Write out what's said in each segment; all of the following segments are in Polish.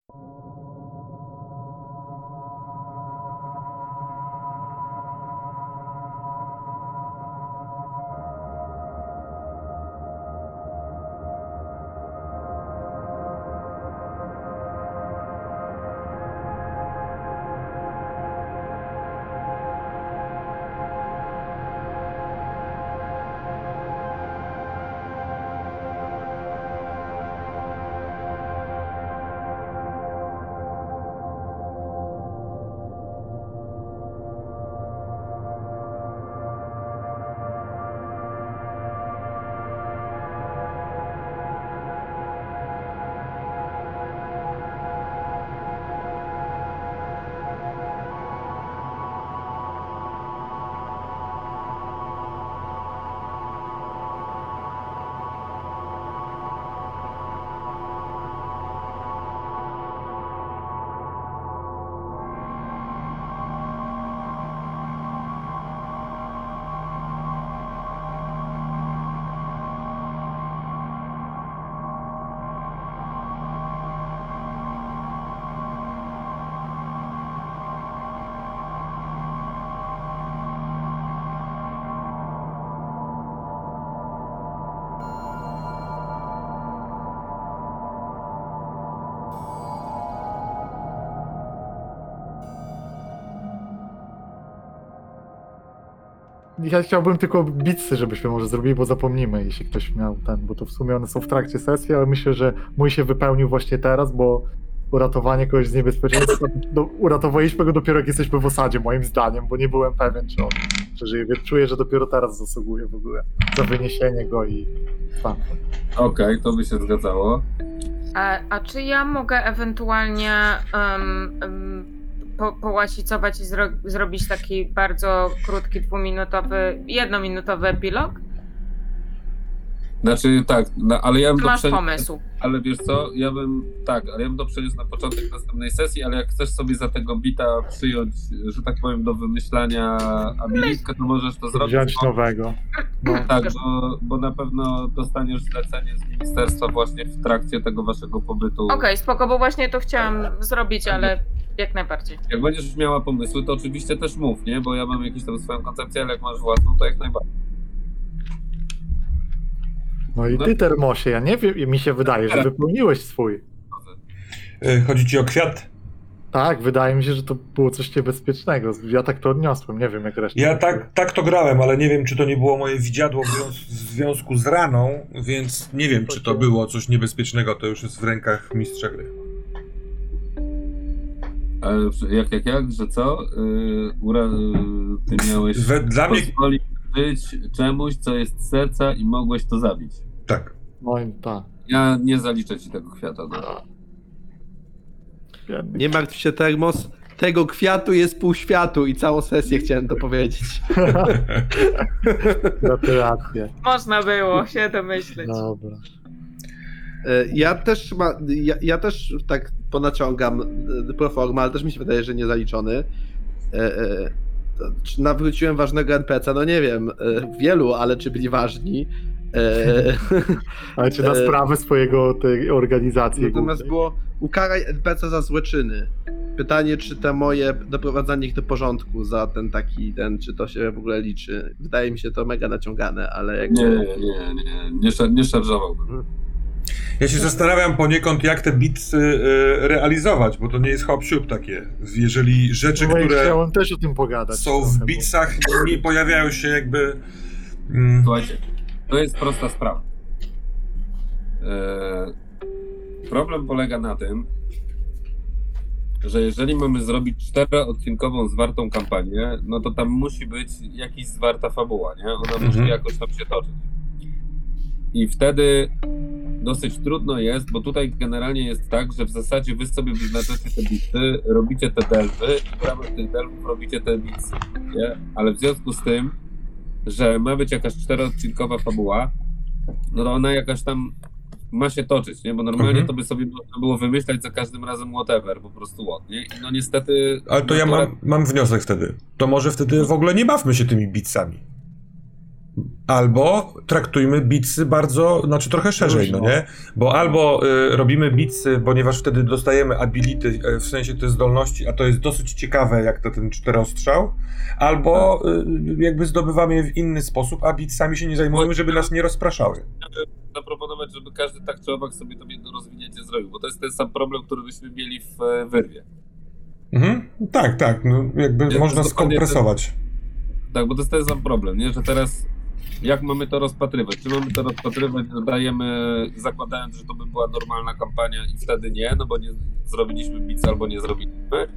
Ja chciałbym tylko bitsy, żebyśmy może zrobili, bo zapomnimy, jeśli ktoś miał ten, bo to w sumie one są w trakcie sesji, ale myślę, że mój się wypełnił właśnie teraz, bo uratowanie kogoś z niebezpieczeństwa, uratowaliśmy go dopiero jak jesteśmy w osadzie, moim zdaniem, bo nie byłem pewien, czy on przeżyje, więc czuję, że dopiero teraz zasługuje w ogóle za wyniesienie go i tak. Okej, to by się zgadzało. A czy ja mogę ewentualnie połasicować i zrobić taki bardzo krótki, jednominutowy epilog? Znaczy tak, ale ja bym Czy to masz przeniósł. pomysł? Ale wiesz co, ale ja bym to przeniósł na początek następnej sesji, ale jak chcesz sobie za tego bita przyjąć, że tak powiem, do wymyślania abilitkę, to możesz to zrobić. Wziąć nowego. No. Tak, bo na pewno dostaniesz zlecenie z ministerstwa właśnie w trakcie tego waszego pobytu. Okej, spoko, bo właśnie to chciałam zrobić, ale jak najbardziej. Jak będziesz miała pomysły, to oczywiście też mów, nie? Bo ja mam jakąś tam swoją koncepcję, ale jak masz własną, to jak najbardziej. No i ty, Termosie, ja nie wiem, mi się wydaje, że wypełniłeś swój. Chodzi ci o kwiat? Tak, wydaje mi się, że to było coś niebezpiecznego. Ja tak to odniosłem, nie wiem jak reszta. Ja tak to grałem, ale nie wiem, czy to nie było moje widziadło w związku z raną, więc nie wiem, czy to było coś niebezpiecznego, to już jest w rękach mistrza gry. Jak, że co? Ty miałeś Dla mnie... pozwolić żyć czemuś, co jest z serca i mogłeś to zabić. Tak. No i tak. Ja nie zaliczę ci tego kwiata. No. Nie martw się, Termos. Tego kwiatu jest pół światu i całą sesję chciałem to powiedzieć. Gratulacje. Można było się domyśleć. Dobra. Ja też tak ponaciągam pro forma, ale też mi się wydaje, że nie zaliczony. Czy nawróciłem ważnego NPC? No nie wiem, wielu, ale czy byli ważni? Ale czy na sprawę tej organizacji? Natomiast było ukaraj NPC za złe czyny. Pytanie, czy te moje doprowadzanie ich do porządku za czy to się w ogóle liczy? Wydaje mi się to mega naciągane, ale jakby... Nie szarżowałbym. Ja się zastanawiam poniekąd, jak te bitsy realizować, bo to nie jest hop-siup takie. Jeżeli rzeczy, które chciałem też o tym pogadać. są w bitsach, nie pojawiają się jakby... Słuchajcie, to jest prosta sprawa. Problem polega na tym, że jeżeli mamy zrobić 4-odcinkową zwartą kampanię, no to tam musi być jakaś zwarta fabuła, nie? Ona musi jakoś tam się toczyć. I wtedy dosyć trudno jest, bo tutaj generalnie jest tak, że w zasadzie wy sobie wyznaczacie te bitsy, robicie te delwy i w ramach tych delwów robicie te bitsy, nie? Ale w związku z tym, że ma być jakaś 4-odcinkowa fabuła, no to ona jakaś tam ma się toczyć, nie? Bo normalnie to by sobie można było wymyślać za każdym razem whatever, po prostu what, nie? I no niestety... Ale to ja mam wniosek wtedy. To może wtedy w ogóle nie bawmy się tymi bitsami. Albo traktujmy bitsy bardzo, znaczy trochę szerzej, no nie? Bo albo robimy bitsy, ponieważ wtedy dostajemy ability, w sensie te zdolności, a to jest dosyć ciekawe, jak to ten czterostrzał, albo jakby zdobywamy je w inny sposób, a bitsami się nie zajmujemy, żeby nas nie rozpraszały. Zaproponować, żeby każdy tak czy owak sobie to jedno rozwinięcie zrobił, bo to jest ten sam problem, który byśmy mieli w wyrwie. Tak, no jakby Jest można to skompresować. Tak, bo to jest ten sam problem, nie? Że teraz jak mamy to rozpatrywać? Czy mamy to rozpatrywać, że dajemy, zakładając, że to by była normalna kampania i wtedy nie, no bo nie zrobiliśmy bicy albo nie zrobiliśmy?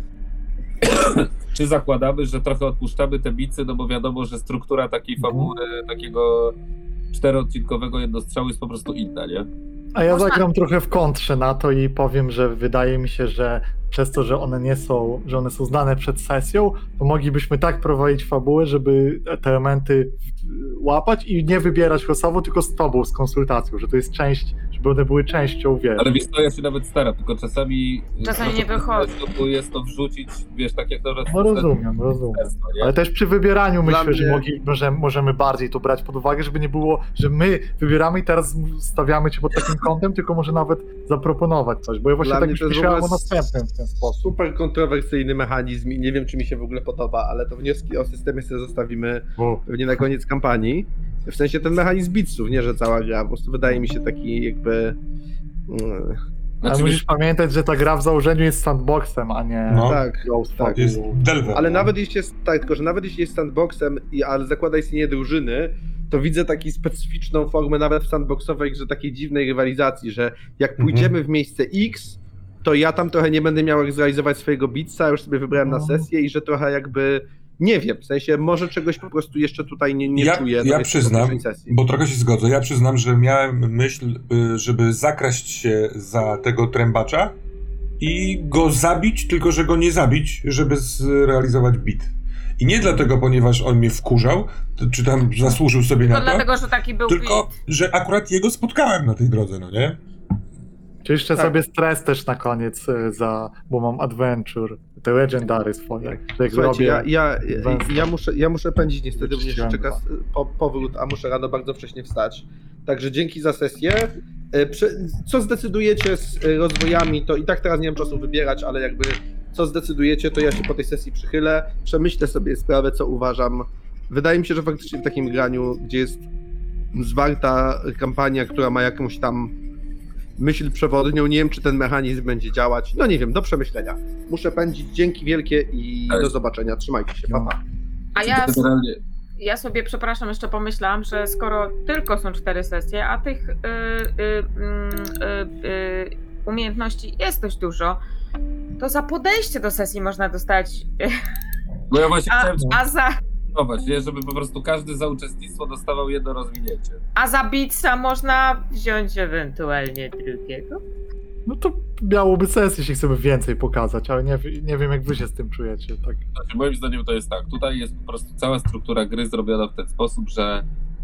Czy zakładamy, że trochę odpuszczamy te bicy, no bo wiadomo, że struktura takiej fabuły, takiego 4-odcinkowego jednostrzału jest po prostu inna, nie? A ja Można- zagram trochę w kontrze na to i powiem, że wydaje mi się, że przez to, że one są znane przed sesją, to moglibyśmy tak prowadzić fabułę, żeby te elementy łapać i nie wybierać losowo, tylko z tobą, z konsultacją, że to jest część, żeby one były częścią, wiesz. Ale wiesz co, ja się nawet staram, tylko czasami Nie wychodzi. To jest to wrzucić, wiesz, tak jak to No rozumiem. nie? Ale też przy wybieraniu Dla myślę, że mnie- możemy bardziej to brać pod uwagę, żeby nie było, że my wybieramy i teraz stawiamy cię pod takim kątem, tylko może nawet zaproponować coś, bo ja właśnie Dla tak mnie to jest w myślałem o ogóle następnym w ten sposób. Super kontrowersyjny mechanizm i nie wiem, czy mi się w ogóle podoba, ale to wnioski o systemie sobie zostawimy pewnie na koniec kampanii. W sensie ten mechanizm bitsów, nie że cała gra, po prostu wydaje mi się taki jakby... Ale Znaczy, musisz pamiętać, że ta gra w założeniu jest sandboxem, a nie No. Tak, Ghost tak. Jest delwem. ale nawet jeśli jest, tak, tylko że nawet jeśli jest sandboxem, ale zakłada istnienie drużyny, to widzę taką specyficzną formę nawet w sandboxowej grze, takiej dziwnej rywalizacji, że jak pójdziemy w miejsce X, to ja tam trochę nie będę miał jak zrealizować swojego bitsa, już sobie wybrałem na sesję i że trochę jakby, nie wiem, w sensie może czegoś po prostu jeszcze tutaj nie czuję. Ja to jest przyznam, po pierwszej sesji. bo trochę się zgodzę, ja przyznam, że miałem myśl, żeby zakraść się za tego trębacza i go zabić, tylko że go nie zabić, żeby zrealizować bit. I nie dlatego, ponieważ on mnie wkurzał, czy tam zasłużył sobie To na to, dlatego, że taki był tylko, beat. że akurat jego spotkałem na tej drodze, no nie? Czy jeszcze Tak. sobie stres też na koniec bo mam adventure, te legendary swoje. że jak Słuchajcie, robię- ja muszę pędzić niestety, bo mnie jeszcze Wyczyściłem czeka powrót, a muszę rano bardzo wcześnie wstać. Także dzięki za sesję. Co zdecydujecie z rozwojami, to i tak teraz nie mam czasu wybierać, ale jakby co zdecydujecie, to ja się po tej sesji przychylę, przemyślę sobie sprawę, co uważam. Wydaje mi się, że faktycznie w takim graniu, gdzie jest zwarta kampania, która ma jakąś tam myśl przewodnią, nie wiem, czy ten mechanizm będzie działać. No nie wiem, do przemyślenia. Muszę pędzić, dzięki wielkie i Tak. do zobaczenia. Trzymajcie się, No. papa. A ja, generalnie ja sobie, przepraszam, jeszcze pomyślałam, że skoro tylko są 4 sesje, a tych umiejętności jest dość dużo, to za podejście do sesji można dostać. no ja właśnie chciałem A nie? Żeby po prostu każdy za uczestnictwo dostawał jedno rozwinięcie. za bitsa można wziąć ewentualnie drugiego. No to miałoby sens, jeśli chcemy więcej pokazać, ale nie wiem, jak wy się z tym czujecie. Tak. Znaczy, moim zdaniem to jest tak. Tutaj jest po prostu cała struktura gry zrobiona w ten sposób, że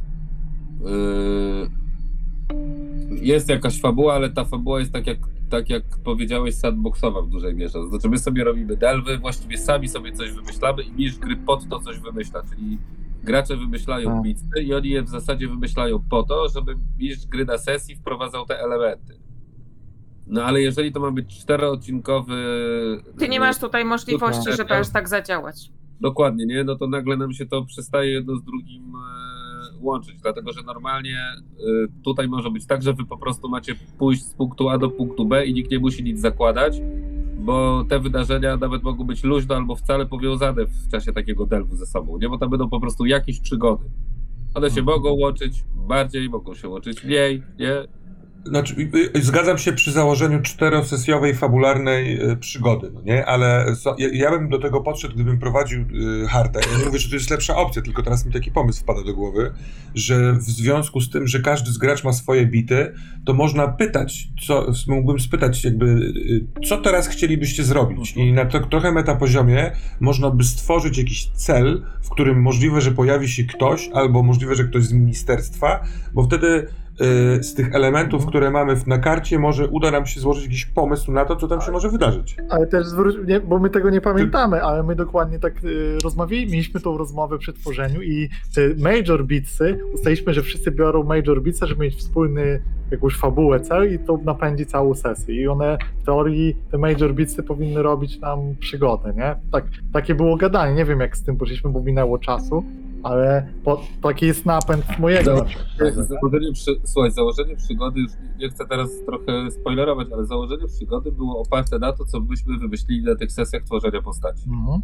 jest jakaś fabuła, ale ta fabuła jest tak jak powiedziałeś, sandboxowa w dużej mierze. To znaczy my sobie robimy delwy, właściwie sami sobie coś wymyślamy i mistrz gry pod to coś wymyśla, czyli gracze wymyślają bitsy i oni je w zasadzie wymyślają po to, żeby mistrz gry na sesji wprowadzał te elementy. No ale jeżeli to ma być 4-odcinkowy... Ty nie masz tutaj możliwości, żeby aż tak zadziałać. Dokładnie, nie? No to nagle nam się to przestaje jedno z drugim łączyć, dlatego że normalnie tutaj może być tak, że wy po prostu macie pójść z punktu A do punktu B i nikt nie musi nic zakładać, bo te wydarzenia nawet mogą być luźno albo wcale powiązane w czasie takiego delwu ze sobą, nie? Bo tam będą po prostu jakieś przygody. One się mogą łączyć bardziej, mogą się łączyć mniej, nie? Znaczy, zgadzam się przy założeniu 4-sesjowej fabularnej przygody, no nie? Ale ja bym do tego podszedł, gdybym prowadził Harta. Ja nie mówię, że to jest lepsza opcja, tylko teraz mi taki pomysł wpada do głowy, że w związku z tym, że każdy z gracz ma swoje bity, to można pytać, mógłbym spytać jakby, co teraz chcielibyście zrobić? I na trochę metapoziomie można by stworzyć jakiś cel, w którym możliwe, że pojawi się ktoś, albo możliwe, że ktoś z ministerstwa, bo wtedy z tych elementów, które mamy na karcie, może uda nam się złożyć jakiś pomysł na to, co tam się może wydarzyć. Ale też bo my tego nie pamiętamy, ale my dokładnie tak mieliśmy tą rozmowę przy tworzeniu i te major beatsy, ustaliliśmy, że wszyscy biorą major beatsa, żeby mieć wspólny jakąś fabułę cel i to napędzi całą sesję. I one w teorii, te major beatsy powinny robić nam przygodę, nie? Takie było gadanie, nie wiem jak z tym poszliśmy, bo minęło czasu, ale taki jest napęd mojego. Słuchaj, założenie przygody, już nie chcę teraz trochę spoilerować, ale założenie przygody było oparte na to, co byśmy wymyślili na tych sesjach tworzenia postaci. Mhm.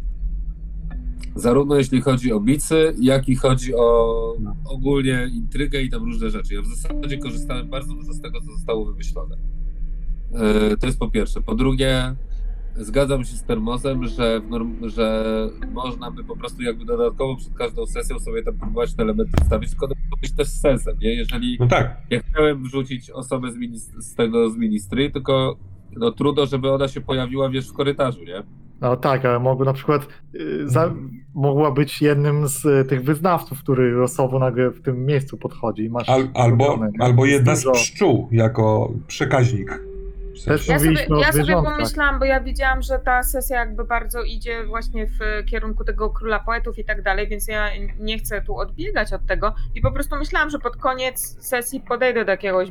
Zarówno jeśli chodzi o bicy, jak i chodzi o ogólnie intrygę i tam różne rzeczy. Ja w zasadzie korzystałem bardzo dużo z tego, co zostało wymyślone. To jest po pierwsze. Po drugie, zgadzam się z Termosem, że można by po prostu jakby dodatkowo przed każdą sesją sobie tam próbować te elementy wstawić, tylko to może być też z sensem, nie? Jeżeli No tak. ja chciałem wrzucić osobę z ministry, tylko no trudno, żeby ona się pojawiła, wiesz, w korytarzu, nie? No tak, ale na przykład mogła być jednym z tych wyznawców, który losowo nagle w tym miejscu podchodzi. I masz albo jedna z dużo. pszczół jako przekaźnik. Też Ja mówiliśmy o sobie zwierzątkach. pomyślałam, bo ja widziałam, że ta sesja jakby bardzo idzie właśnie w kierunku tego króla poetów i tak dalej, więc ja nie chcę tu odbiegać od tego i po prostu myślałam, że pod koniec sesji podejdę do jakiegoś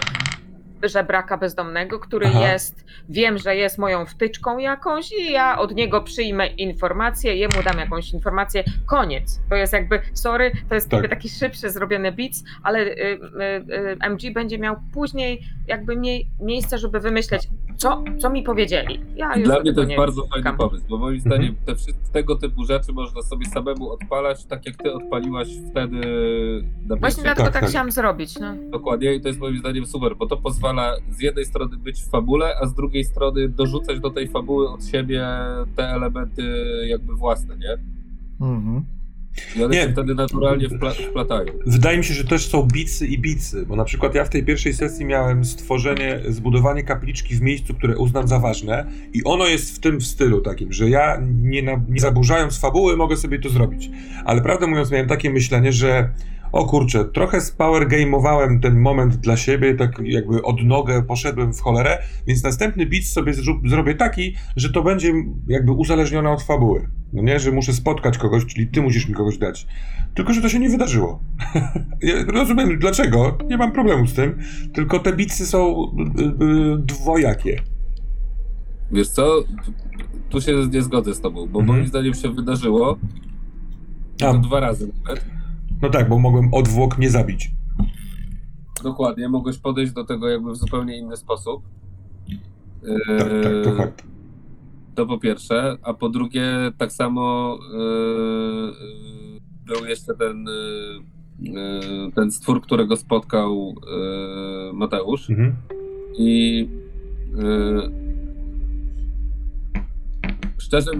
żebraka bezdomnego, który wiem, że jest moją wtyczką jakąś i ja od niego przyjmę informację, jemu dam jakąś informację, koniec. To jest jakby, sorry, to jest jakby taki szybszy zrobiony beats, ale MG będzie miał później jakby miejsce, żeby wymyśleć, co mi powiedzieli. Ja już Dla mnie to tego jest bardzo fajny pomysł, bo moim zdaniem tego typu rzeczy można sobie samemu odpalać, tak jak ty odpaliłaś wtedy na Właśnie pierwszej. dlatego tak chciałam zrobić. No. Dokładnie i to jest moim zdaniem super, bo to pozwala z jednej strony być w fabule, a z drugiej strony dorzucać do tej fabuły od siebie te elementy jakby własne, nie? Mhm. I one się wtedy naturalnie wplatają. Wydaje mi się, że też są bicy i bicy, bo na przykład ja w tej pierwszej sesji miałem zbudowanie kapliczki w miejscu, które uznam za ważne i ono jest w tym stylu takim, że ja nie zaburzając fabuły mogę sobie to zrobić. Ale prawdę mówiąc miałem takie myślenie, że o kurczę, trochę spowergame'owałem ten moment dla siebie, tak jakby od nogę poszedłem w cholerę, więc następny beat sobie zrobię taki, że to będzie jakby uzależnione od fabuły. No nie, że muszę spotkać kogoś, czyli ty musisz mi kogoś dać. Tylko, że to się nie wydarzyło. Ja rozumiem dlaczego, nie mam problemu z tym, tylko te beatsy są dwojakie. Wiesz co, tu się nie zgodzę z tobą, bo moim zdaniem się wydarzyło to 2 razy nawet. No tak, bo mogłem odwłok nie zabić. Dokładnie, mogłeś podejść do tego jakby w zupełnie inny sposób. Tak, to fakt. To po pierwsze, a po drugie tak samo był jeszcze ten stwór, którego spotkał Mateusz i szczerze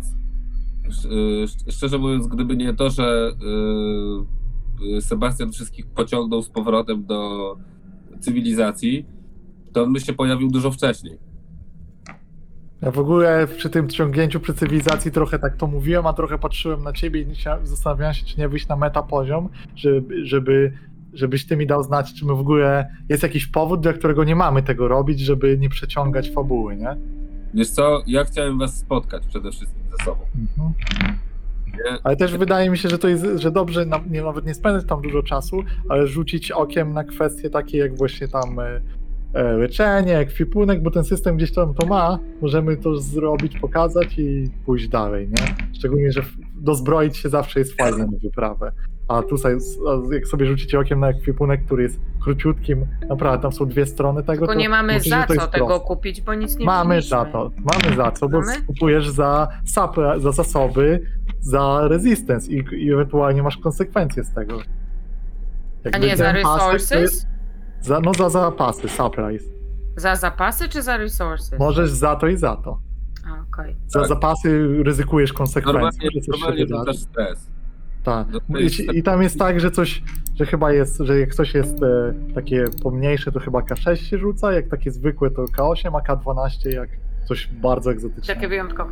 mówiąc, gdyby nie to, że Sebastian wszystkich pociągnął z powrotem do cywilizacji, to on by się pojawił dużo wcześniej. Ja w ogóle przy tym ciągnięciu przy cywilizacji trochę tak to mówiłem, a trochę patrzyłem na ciebie i zastanawiałem się, czy nie wyjść na meta poziom, żebyś ty mi dał znać, czy my w ogóle jest jakiś powód, dla którego nie mamy tego robić, żeby nie przeciągać fabuły, nie? Wiesz co, ja chciałem was spotkać przede wszystkim ze sobą. Mhm. Ale też wydaje mi się, że to jest, że dobrze nawet nie spędzać tam dużo czasu, ale rzucić okiem na kwestie takie jak właśnie tam leczenie, ekwipunek, bo ten system gdzieś tam to ma, możemy to zrobić, pokazać i pójść dalej, nie? Szczególnie, że dozbroić się zawsze jest fajne na wyprawę. A tutaj, jak sobie rzucicie okiem na ekwipunek, który jest króciutkim, naprawdę tam są 2 strony tego. Tylko nie mamy myślę, za że to co jest tego proste. kupić, bo nic nie Mamy mieliśmy. mamy za co, bo kupujesz za zasoby, za resistance i ewentualnie masz konsekwencje z tego. A nie za resources? Za zapasy, supplies. Za zapasy czy za resources? Możesz za to i za to. A, okej. Za zapasy ryzykujesz konsekwencje. Normalnie to też stres. Tak. No I tam jest tak, że chyba jest, że jak coś jest takie pomniejsze, to chyba K6 się rzuca, jak takie zwykłe to K8, a K12 jak coś bardzo egzotycznego. Takie wyjątkowe.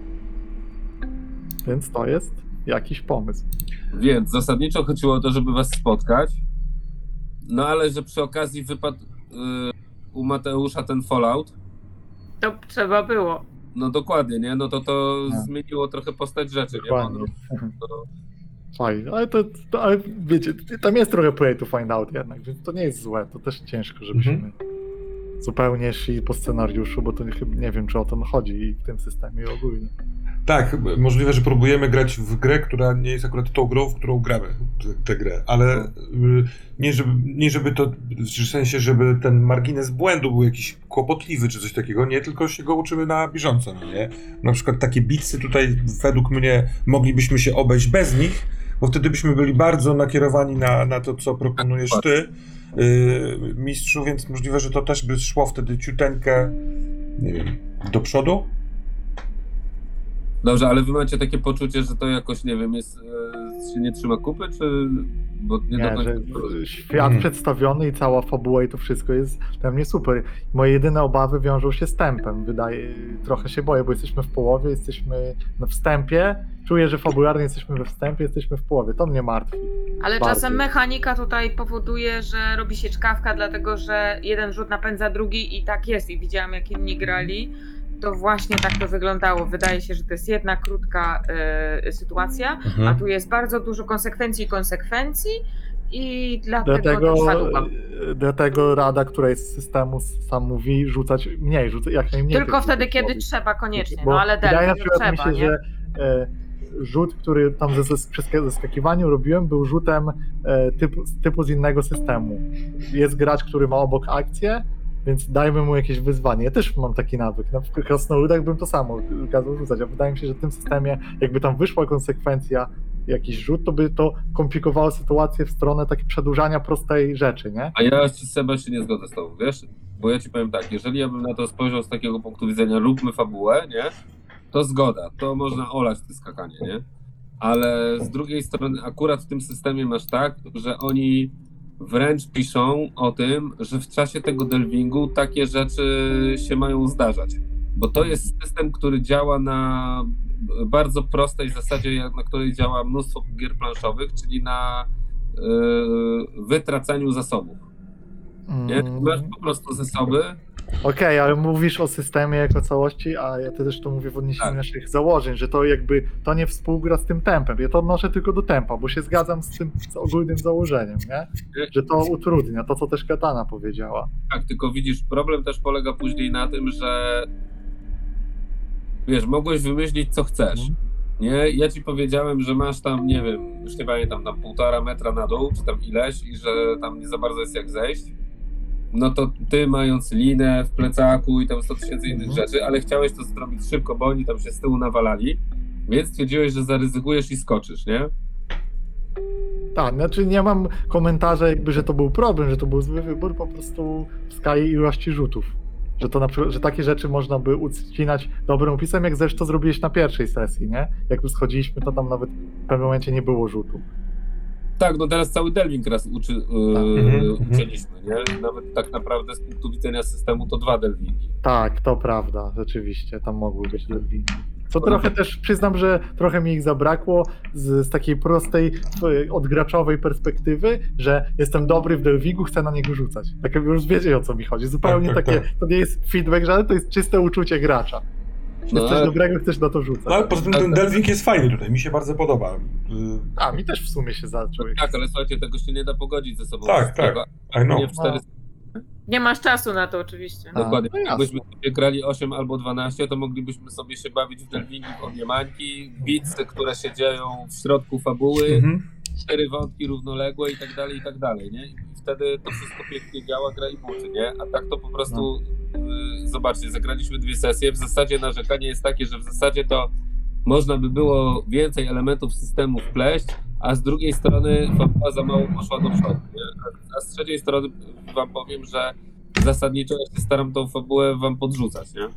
Więc to jest jakiś pomysł. Więc zasadniczo chodziło o to, żeby was spotkać No ale że przy okazji wypadł u Mateusza ten Fallout, To trzeba było. no dokładnie, nie? No to No. zmieniło trochę postać rzeczy, nie? Bo Dokładnie. to, Fajnie, ale wiecie, tam jest trochę play to find out jednak, więc to nie jest złe, to też ciężko, żebyśmy zupełnie szli po scenariuszu, bo to nie wiem, czy o to chodzi w tym systemie ogólnie. Tak, możliwe, że próbujemy grać w grę, która nie jest akurat tą grą, w którą gramy tę grę, ale nie żeby to, w sensie, żeby ten margines błędu był jakiś kłopotliwy czy coś takiego, nie, tylko się go uczymy na bieżąco, no nie? Na przykład takie bitsy tutaj według mnie moglibyśmy się obejść bez nich, bo wtedy byśmy byli bardzo nakierowani na to, co proponujesz ty, mistrzu, więc możliwe, że to też by szło wtedy ciuteńkę, nie wiem, do przodu. Dobrze, ale wy macie takie poczucie, że to jakoś, nie wiem, jest, się nie trzyma kupy, czy... Bo nie do Nie, końca... że świat przedstawiony i cała fabuła i to wszystko jest dla mnie super. Moje jedyne obawy wiążą się z tempem. Trochę się boję, bo jesteśmy w połowie, jesteśmy na wstępie. Czuję, że fabularnie jesteśmy we wstępie, jesteśmy w połowie. To mnie martwi. Ale Bardziej. czasem mechanika tutaj powoduje, że robi się czkawka, dlatego że jeden rzut napędza drugi i tak jest. I widziałam, jak inni grali. To właśnie tak to wyglądało. Wydaje się, że to jest jedna krótka sytuacja, a tu jest bardzo dużo konsekwencji i dlatego trwa długo. Dlatego rada, która jest z systemu, sam mówi, rzucać mniej, jak najmniej. Tylko tych wtedy, rzutów kiedy robić. trzeba koniecznie. Bo No ale wydaje delta na przykład trzeba, mi się, nie? że rzut, który tam przy zeskakiwaniu robiłem, był rzutem typu z innego systemu. Jest gracz, który ma obok akcję, więc dajmy mu jakieś wyzwanie. Ja też mam taki nawyk. Na przykład w krasnoludach bym to samo kazał rzucać, a wydaje mi się, że w tym systemie, jakby tam wyszła konsekwencja, jakiś rzut, to by to komplikowało sytuację w stronę takiego przedłużania prostej rzeczy, nie? A ja Seba się nie zgodzę z tobą, wiesz? Bo ja ci powiem tak, jeżeli ja bym na to spojrzał z takiego punktu widzenia, róbmy fabułę, nie? To zgoda, to można olać te skakanie, nie? Ale z drugiej strony akurat w tym systemie masz tak, że oni wręcz piszą o tym, że w czasie tego delvingu takie rzeczy się mają zdarzać. Bo to jest system, który działa na bardzo prostej zasadzie, na której działa mnóstwo gier planszowych, czyli na wytracaniu zasobów. Nie? Masz po prostu zasoby. Okej, ale mówisz o systemie jako całości, a ja też to mówię w odniesieniu naszych założeń, że to jakby to nie współgra z tym tempem. Ja to odnoszę tylko do tempa, bo się zgadzam z tym ogólnym założeniem, nie? Że to utrudnia, to co też Katana powiedziała. Tak, tylko widzisz, problem też polega później na tym, że wiesz, mogłeś wymyślić co chcesz. Nie? Ja ci powiedziałem, że masz tam, nie wiem, już nie pamiętam, tam 1,5 metra na dół, czy tam ileś i że tam nie za bardzo jest jak zejść. No to ty mając linę w plecaku i tam 100 000 innych rzeczy, ale chciałeś to zrobić szybko, bo oni tam się z tyłu nawalali, więc stwierdziłeś, że zaryzykujesz i skoczysz, nie? Tak, znaczy nie mam komentarza jakby, że to był problem, że to był zły wybór, po prostu w skali ilości rzutów. Że to na przykład, że takie rzeczy można by ucinać dobrym opisem, jak zresztą zrobiliście na pierwszej sesji, nie? Jak już schodziliśmy, to tam nawet w pewnym momencie nie było rzutu. Tak, no teraz cały delving raz ucięliśmy, nie? Nawet tak naprawdę z punktu widzenia systemu to 2 delvingi. Tak, to prawda, rzeczywiście, tam mogły być delwingi. Co trochę też przyznam, że trochę mi ich zabrakło z takiej prostej, odgraczowej perspektywy, że jestem dobry w delwingu, chcę na niego rzucać. Tak już wiecie, o co mi chodzi. Zupełnie Tak. to nie jest feedback, że to jest czyste uczucie gracza. Jest coś dobrego, chcesz na to rzucać. No ale poza tym ten delving jest fajny tutaj, mi się bardzo podoba. A, mi też w sumie się zaczął. Tak, ale słuchajcie, tego się nie da pogodzić ze sobą. Tak, wszystkiego. I know. Nie w 4 Nie masz czasu na to oczywiście. Dokładnie. no jasne. Jakbyśmy sobie grali 8 albo 12, to moglibyśmy sobie się bawić w delwingi, w odniemańki, bitsy, które się dzieją w środku fabuły, 4 wątki równoległe i tak dalej, nie? I wtedy to wszystko pięknie działa, gra i buty, nie? A tak to po prostu, zobaczcie, zagraliśmy 2 sesje, w zasadzie narzekanie jest takie, że w zasadzie to można by było więcej elementów systemu wpleść, a z drugiej strony fabuła za mało poszła do przodu, nie? A z trzeciej strony wam powiem, że zasadniczo ja się staram tą fabułę wam podrzucać, nie?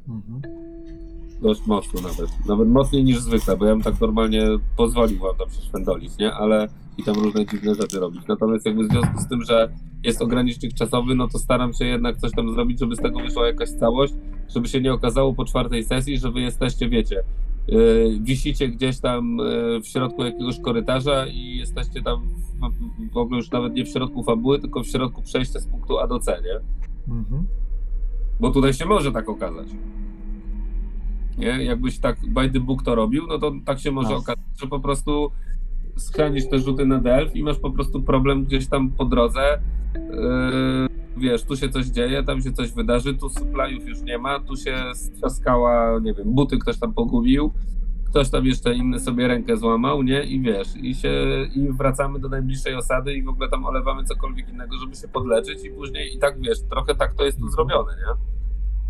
Dość mocno nawet mocniej niż zwykle, bo ja bym tak normalnie pozwolił wam tam przeszwendolić, nie? Ale i tam różne dziwne rzeczy robić. Natomiast jakby w związku z tym, że jest ogranicznik czasowy, no to staram się jednak coś tam zrobić, żeby z tego wyszła jakaś całość, żeby się nie okazało po 4. sesji, że wy jesteście, wiecie, wisicie gdzieś tam w środku jakiegoś korytarza i jesteście tam w ogóle już nawet nie w środku fabuły, tylko w środku przejścia z punktu A do C, nie? Mhm. Bo tutaj się może tak okazać. Nie? Jakbyś tak by the book to robił, no to tak się może No. okazać, że po prostu schranisz te rzuty na delf i masz po prostu problem gdzieś tam po drodze. Wiesz, tu się coś dzieje, tam się coś wydarzy, tu supplyów już nie ma, tu się strzaskała, nie wiem, buty ktoś tam pogubił, ktoś tam jeszcze inny sobie rękę złamał, nie? I wiesz, i wracamy do najbliższej osady i w ogóle tam olewamy cokolwiek innego, żeby się podleczyć i później i tak, wiesz, trochę tak to jest tu zrobione, nie?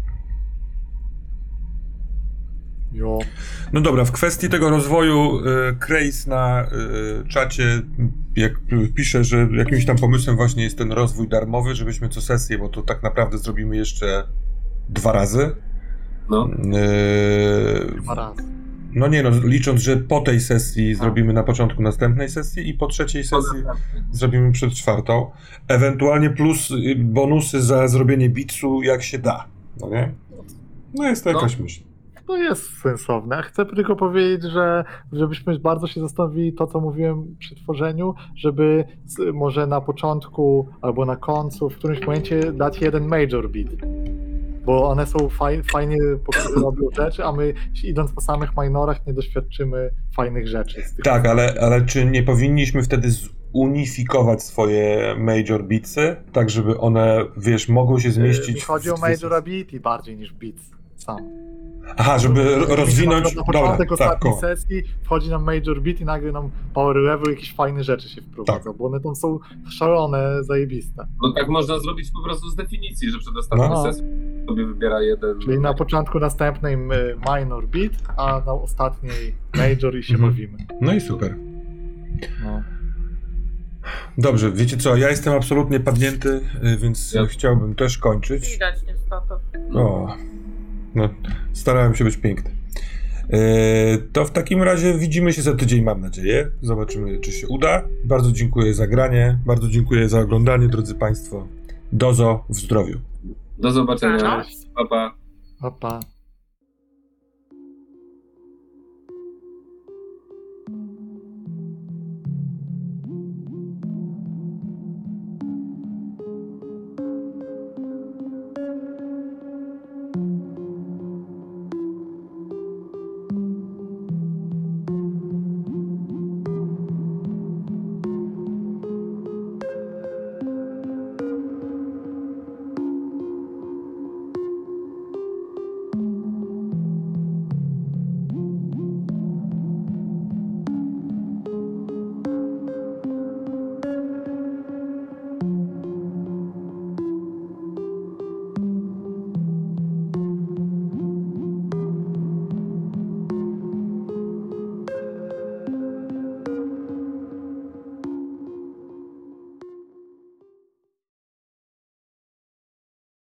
Jo. No dobra, w kwestii tego rozwoju Krejs na czacie jak pisze, że jakimś tam pomysłem właśnie jest ten rozwój darmowy, żebyśmy co sesję, bo to tak naprawdę zrobimy jeszcze 2 razy. No. 2 razy. No nie no, licząc, że po tej sesji zrobimy na początku następnej sesji i po trzeciej sesji zrobimy przed 4. Ewentualnie plus bonusy za zrobienie bitsu jak się da, no nie? No jest to jakaś myśl. To jest sensowne. Ja chcę tylko powiedzieć, żebyśmy bardzo się zastanowili to, co mówiłem przy tworzeniu, żeby może na początku albo na końcu w którymś momencie dać jeden major beat. Bo one są fajnie robią rzeczy, a my idąc po samych minorach nie doświadczymy fajnych rzeczy. Z tych Tak, ale czy nie powinniśmy wtedy zunifikować swoje major beatsy, tak żeby one, wiesz, mogły się zmieścić Mi chodzi o major ability bardziej niż beats sam. Aha, żeby rozwinąć... Na początek Dobra, ostatniej tak, sesji wchodzi nam major beat i nagle nam power level jakieś fajne rzeczy się wprowadza, Tak. bo one tam są szalone, zajebiste. No tak można zrobić po prostu z definicji, że przed ostatnią No. sesją sobie wybiera jeden... Czyli na początku następnej minor beat, a na ostatniej major i się Mhm. bawimy. No i super. No. Dobrze, wiecie co, ja jestem absolutnie padnięty, więc Ja- chciałbym też kończyć. Widać niestety. O, no, starałem się być piękny. To w takim razie widzimy się za tydzień, mam nadzieję. Zobaczymy, czy się uda. Bardzo dziękuję za granie, bardzo dziękuję za oglądanie, drodzy Państwo. Dozo w zdrowiu. Do zobaczenia. Cześć. Pa, pa. Pa, pa.